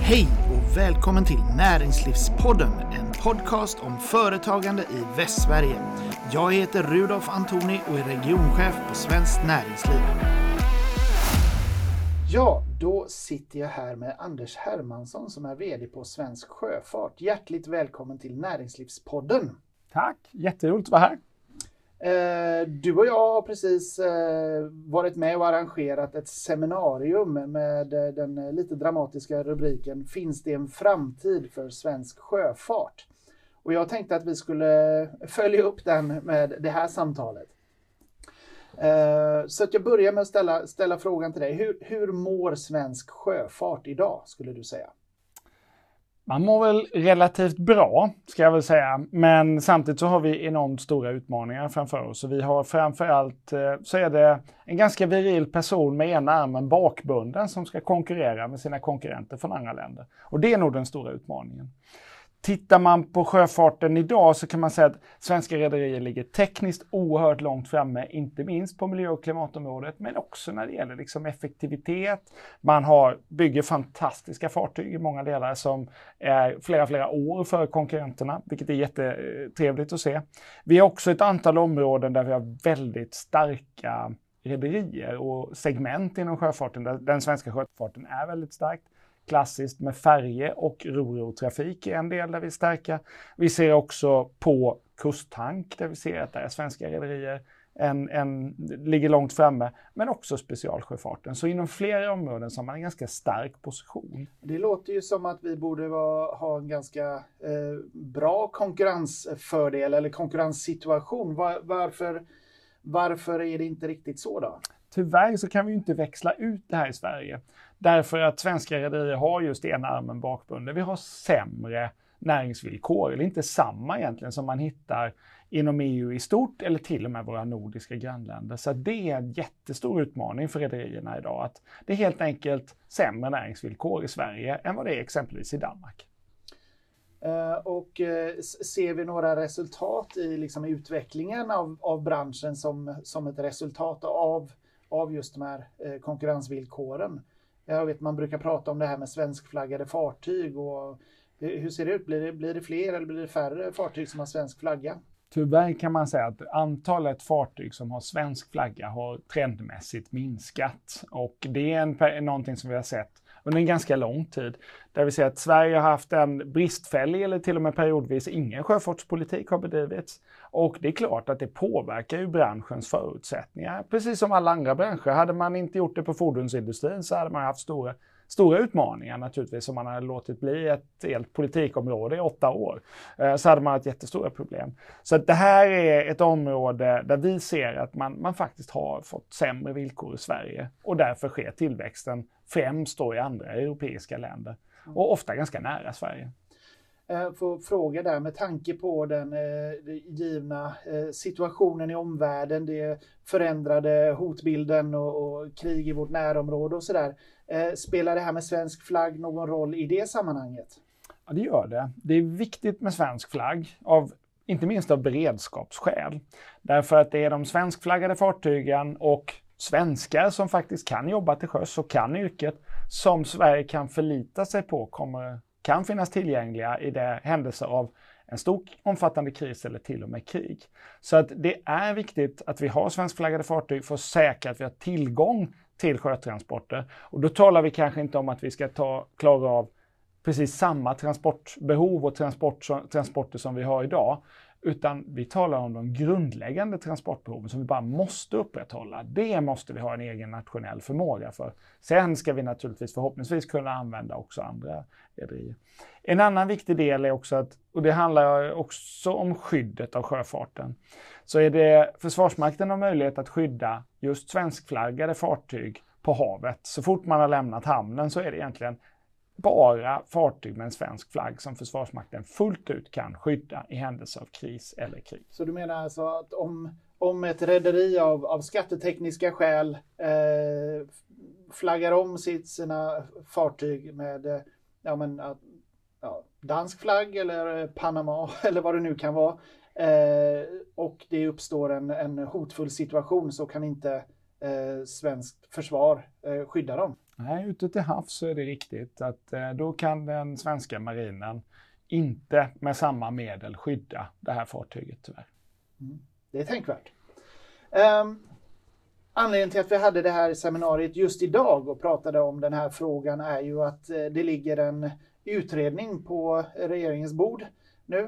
Hej och välkommen till Näringslivspodden, en podcast om företagande i Västsverige. Jag heter Rudolf Antoni och är regionchef på Svenskt Näringsliv. Ja, då sitter jag här med Anders Hermansson som är vd på Svensk Sjöfart. Hjärtligt välkommen till Näringslivspodden. Tack, jätteroligt att vara här. Du och jag har precis varit med och arrangerat ett seminarium med den lite dramatiska rubriken "Finns det en framtid för svensk sjöfart?" Och jag tänkte att vi skulle följa upp den med det här samtalet. Så att jag börjar med att ställa frågan till dig. Hur mår svensk sjöfart idag, skulle du säga? Man mår väl relativt bra, ska jag väl säga. Men samtidigt så har vi enormt stora utmaningar framför oss. Så vi har framförallt, så är det en ganska viril person med ena armen bakbunden som ska konkurrera med sina konkurrenter från andra länder. Och det är nog den stora utmaningen. Tittar man på sjöfarten idag så kan man säga att svenska rederier ligger tekniskt oerhört långt framme, inte minst på miljö- och klimatområdet, men också när det gäller liksom effektivitet. Man bygger fantastiska fartyg i många delar som är flera år före konkurrenterna, vilket är jättetrevligt att se. Vi har också ett antal områden där vi har väldigt starka rederier och segment inom sjöfarten, där den svenska sjöfarten är väldigt stark. Klassiskt med färje- och ro-ro-trafik är en del där vi är starka. Vi ser också på kusttank där vi ser att det är svenska rederier ligger långt framme, men också specialsjöfarten. Så inom flera områden så har man en ganska stark position. Det låter ju som att vi borde ha en ganska bra konkurrensfördel eller konkurrenssituation. Varför är det inte riktigt så då? Tyvärr så kan vi inte växla ut det här i Sverige. Därför att svenska rederier har just ena armen bakbunden. Vi har sämre näringsvillkor, eller inte samma egentligen som man hittar inom EU i stort eller till och med våra nordiska grannländer. Så det är en jättestor utmaning för rederierna idag. Att det är helt enkelt sämre näringsvillkor i Sverige än vad det är exempelvis i Danmark. Och ser vi några resultat i utvecklingen av branschen som ett resultat av just de här konkurrensvillkoren? Jag vet man brukar prata om det här med svenskflaggade fartyg. Och hur ser det ut? Blir det fler eller blir det färre fartyg som har svensk flagga? Tyvärr kan man säga att antalet fartyg som har svensk flagga har trendmässigt minskat. Och det är någonting som vi har sett under en ganska lång tid. Där vi ser att Sverige har haft en bristfällig eller till och med periodvis ingen sjöfartspolitik har bedrivits. Och det är klart att det påverkar ju branschens förutsättningar. Precis som alla andra branscher. Hade man inte gjort det på fordonsindustrin så hade man haft stora utmaningar naturligtvis, om man hade låtit bli ett helt politikområde i 8 år. Så hade man haft jättestora problem. Så att det här är ett område där vi ser att man faktiskt har fått sämre villkor i Sverige. Och därför sker tillväxten främst då i andra europeiska länder. Och ofta ganska nära Sverige. Får fråga där, med tanke på den givna situationen i omvärlden, det förändrade hotbilden och krig i vårt närområde och sådär. Spelar det här med svensk flagg någon roll i det sammanhanget? Ja, det gör det. Det är viktigt med svensk flagg, inte minst av beredskapsskäl. Därför att det är de svenskflaggade fartygen och svenskar som faktiskt kan jobba till sjöss och kan yrket som Sverige kan förlita sig på kan finnas tillgängliga i det händelser av en stor omfattande kris eller till och med krig. Så att det är viktigt att vi har svenskflaggade fartyg för att säkra att vi har tillgång till sjötransporter. Och då talar vi kanske inte om att vi ska klara av precis samma transportbehov och transporter som vi har idag. Utan vi talar om de grundläggande transportbehoven som vi bara måste upprätthålla. Det måste vi ha en egen nationell förmåga för. Sen ska vi naturligtvis förhoppningsvis kunna använda också andra rederier. En annan viktig del är också att, och det handlar också om skyddet av sjöfarten, så är det Försvarsmakten har möjlighet att skydda just svenskflaggade fartyg på havet. Så fort man har lämnat hamnen så är det egentligen bara fartyg med en svensk flagg som Försvarsmakten fullt ut kan skydda i händelse av kris eller krig. Så du menar alltså att om ett rederi av skattetekniska skäl flaggar om sina fartyg med dansk flagg eller Panama eller vad det nu kan vara, och det uppstår en hotfull situation, så kan inte svenskt försvar skydda dem? Nej, ute till havs så är det riktigt att då kan den svenska marinen inte med samma medel skydda det här fartyget tyvärr. Det är tänkvärt. Anledningen till att vi hade det här seminariet just idag och pratade om den här frågan är ju att det ligger en utredning på regeringens bord nu.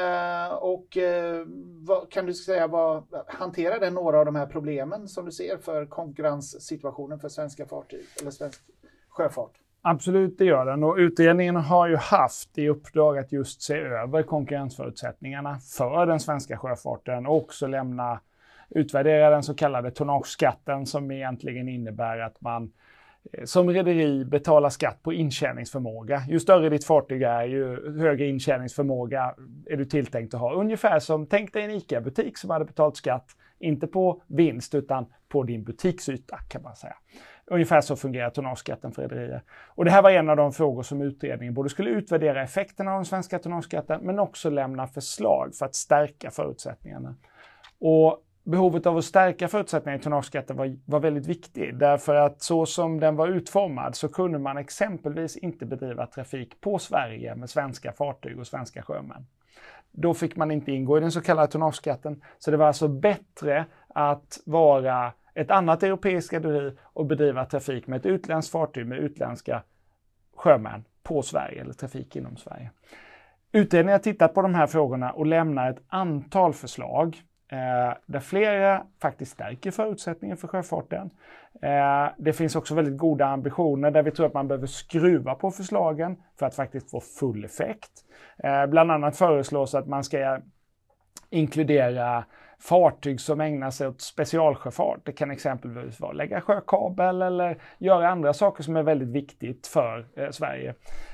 Kan du säga hanterar den några av de här problemen som du ser för konkurrenssituationen för svenska fartyg eller svensk sjöfart? Absolut, det gör den. Och utredningen har ju haft i uppdrag att just se över konkurrensförutsättningarna för den svenska sjöfarten och också utvärdera den så kallade tonnageskatten som egentligen innebär att man som rederi betalar skatt på intjäningsförmåga. Ju större ditt fartyg är, ju högre intjäningsförmåga är du tilltänkt att ha. Ungefär som, tänk dig en ICA-butik som hade betalt skatt, inte på vinst utan på din butiksyta kan man säga. Ungefär så fungerar tonnageskatten för rederier. Och det här var en av de frågor som utredningen både skulle utvärdera effekterna av den svenska tonnageskatten men också lämna förslag för att stärka förutsättningarna. Och behovet av att stärka förutsättningarna i tonnageskatten var väldigt viktig. Därför att så som den var utformad så kunde man exempelvis inte bedriva trafik på Sverige med svenska fartyg och svenska sjömän. Då fick man inte ingå i den så kallade tonnageskatten. Så det var alltså bättre att vara ett annat europeiskt rederi och bedriva trafik med ett utländskt fartyg med utländska sjömän på Sverige eller trafik inom Sverige. Utredningen har tittat på de här frågorna och lämnar ett antal förslag där flera faktiskt stärker förutsättningen för sjöfarten. Det finns också väldigt goda ambitioner där vi tror att man behöver skruva på förslagen för att faktiskt få full effekt. Bland annat föreslås att man ska inkludera fartyg som ägnar sig åt specialsjöfart. Det kan exempelvis vara lägga sjökabel eller göra andra saker som är väldigt viktigt för Sverige.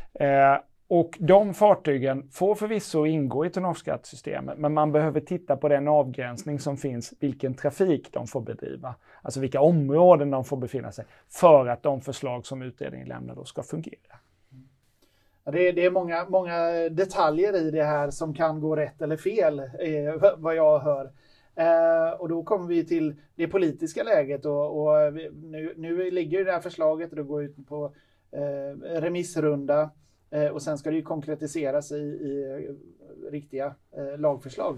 Och de fartygen får förvisso ingå i tonnageskattesystemet, men man behöver titta på den avgränsning som finns, vilken trafik de får bedriva. Alltså vilka områden de får befinna sig för att de förslag som utredningen lämnar då ska fungera. Ja, det är många detaljer i det här som kan gå rätt eller fel, vad jag hör. Och då kommer vi till det politiska läget och nu ligger ju det här förslaget och det går ut på remissrunda. Och sen ska det ju konkretiseras i riktiga lagförslag.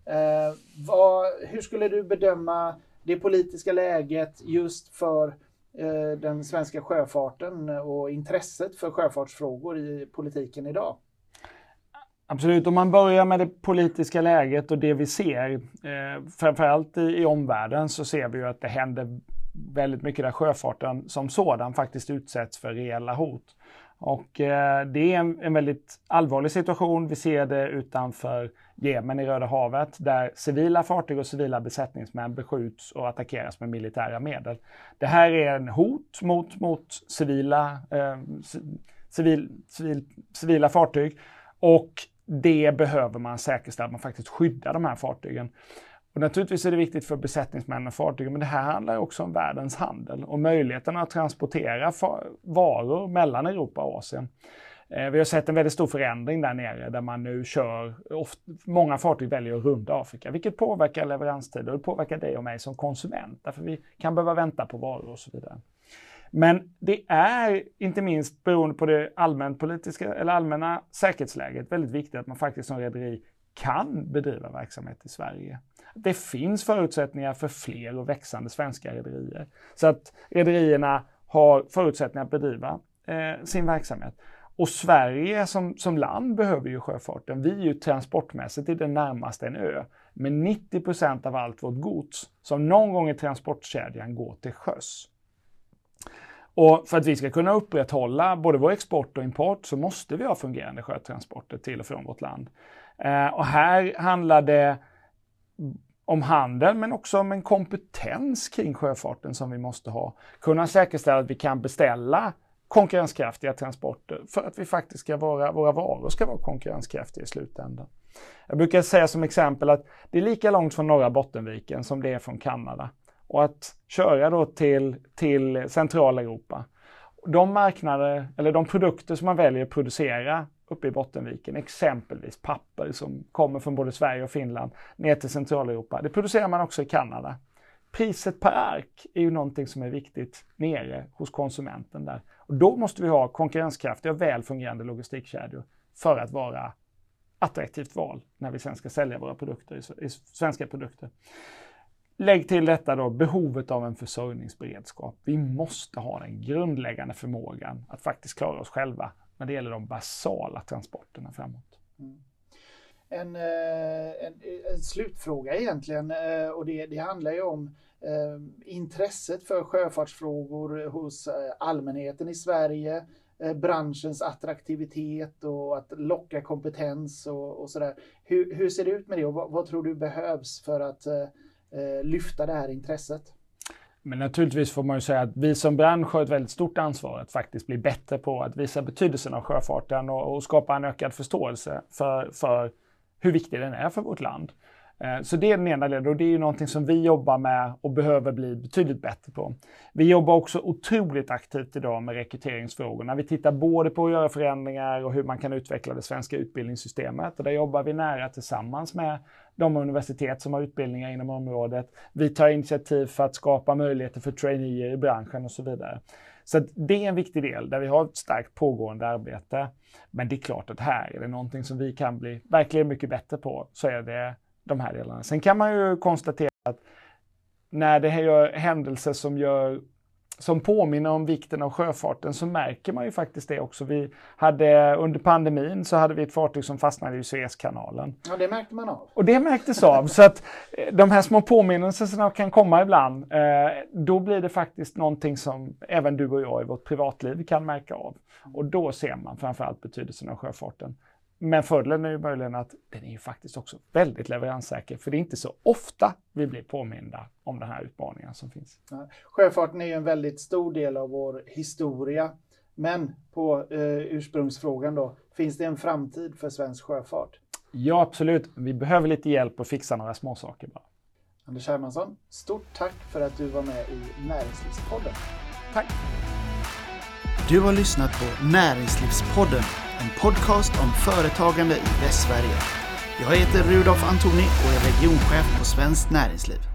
Hur skulle du bedöma det politiska läget just för den svenska sjöfarten och intresset för sjöfartsfrågor i politiken idag? Absolut, om man börjar med det politiska läget och det vi ser, framförallt i omvärlden så ser vi ju att det händer väldigt mycket där sjöfarten som sådan faktiskt utsätts för reella hot. Och det är en väldigt allvarlig situation. Vi ser det utanför Jemen i Röda havet där civila fartyg och civila besättningsmän beskjuts och attackeras med militära medel. Det här är en hot mot civila fartyg och det behöver man säkerställa att man faktiskt skyddar de här fartygen. Och naturligtvis är det viktigt för besättningsmän och fartyg, men det här handlar också om världens handel och möjligheten att transportera varor mellan Europa och Asien. Vi har sett en väldigt stor förändring där nere där man nu många fartyg väljer att runda Afrika, vilket påverkar leveranstider och det påverkar dig och mig som konsument, därför vi kan behöva vänta på varor och så vidare. Men det är inte minst beroende på det allmänna säkerhetsläget väldigt viktigt att man faktiskt som rederi kan bedriva verksamhet i Sverige. Det finns förutsättningar för fler och växande svenska rederier. Så att rederierna har förutsättningar att bedriva sin verksamhet. Och Sverige som land behöver ju sjöfarten. Vi är ju transportmässigt i det närmaste en ö. Men 90% av allt vårt gods som någon gång i transportkedjan går till sjöss. Och för att vi ska kunna upprätthålla både vår export och import så måste vi ha fungerande sjötransporter till och från vårt land. Och här handlar det om handel men också om en kompetens kring sjöfarten som vi måste ha. Kunna säkerställa att vi kan beställa konkurrenskraftiga transporter för att vi faktiskt ska våra varor ska vara konkurrenskraftiga i slutändan. Jag brukar säga som exempel att det är lika långt från norra Bottenviken som det är från Kanada. Och att köra då till Centraleuropa. De produkter som man väljer att producera uppe i Bottenviken, exempelvis papper som kommer från både Sverige och Finland ner till Centraleuropa. Det producerar man också i Kanada. priset per ark är ju någonting som är viktigt nere hos konsumenten där. Och då måste vi ha konkurrenskraftiga och väl fungerande logistikkedjor för att vara attraktivt val när vi sen ska sälja våra produkter i svenska produkter. Lägg till detta då behovet av en försörjningsberedskap. Vi måste ha den grundläggande förmågan att faktiskt klara oss själva när det gäller de basala transporterna framåt. En slutfråga egentligen, och det handlar ju om intresset för sjöfartsfrågor hos allmänheten i Sverige, branschens attraktivitet och att locka kompetens och sådär. Hur ser det ut med det och vad tror du behövs för att lyfta det här intresset? Men naturligtvis får man ju säga att vi som bransch har ett väldigt stort ansvar att faktiskt bli bättre på att visa betydelsen av sjöfarten och skapa en ökad förståelse för hur viktig den är för vårt land. Så det är den ena delen och det är ju någonting som vi jobbar med och behöver bli betydligt bättre på. Vi jobbar också otroligt aktivt idag med rekryteringsfrågorna. Vi tittar både på att göra förändringar och hur man kan utveckla det svenska utbildningssystemet. Och där jobbar vi nära tillsammans med de universitet som har utbildningar inom området. Vi tar initiativ för att skapa möjligheter för traineer i branschen och så vidare. Så det är en viktig del där vi har ett starkt pågående arbete. Men det är klart att här är det någonting som vi kan bli verkligen mycket bättre på, så är det de här delarna. Sen kan man ju konstatera att när det här gör händelser som påminner om vikten av sjöfarten så märker man ju faktiskt det också. Under pandemin så hade vi ett fartyg som fastnade i Suezkanalen. Ja, det märkte man av. Och det märktes av. Så att de här små påminnelserna kan komma ibland. Då blir det faktiskt någonting som även du och jag i vårt privatliv kan märka av. Och då ser man framförallt betydelsen av sjöfarten. Men fördelen är ju möjligen att den är ju faktiskt också väldigt leveranssäker. För det är inte så ofta vi blir påminda om den här utmaningen som finns. Ja, sjöfarten är ju en väldigt stor del av vår historia. Men på ursprungsfrågan då, finns det en framtid för svensk sjöfart? Ja, absolut. Vi behöver lite hjälp att fixa några små saker bara. Anders Hermansson, stort tack för att du var med i Näringslivspodden. Tack. Du har lyssnat på Näringslivspodden, en podcast om företagande i Västsverige. Jag heter Rudolf Antoni och är regionchef på Svenskt Näringsliv.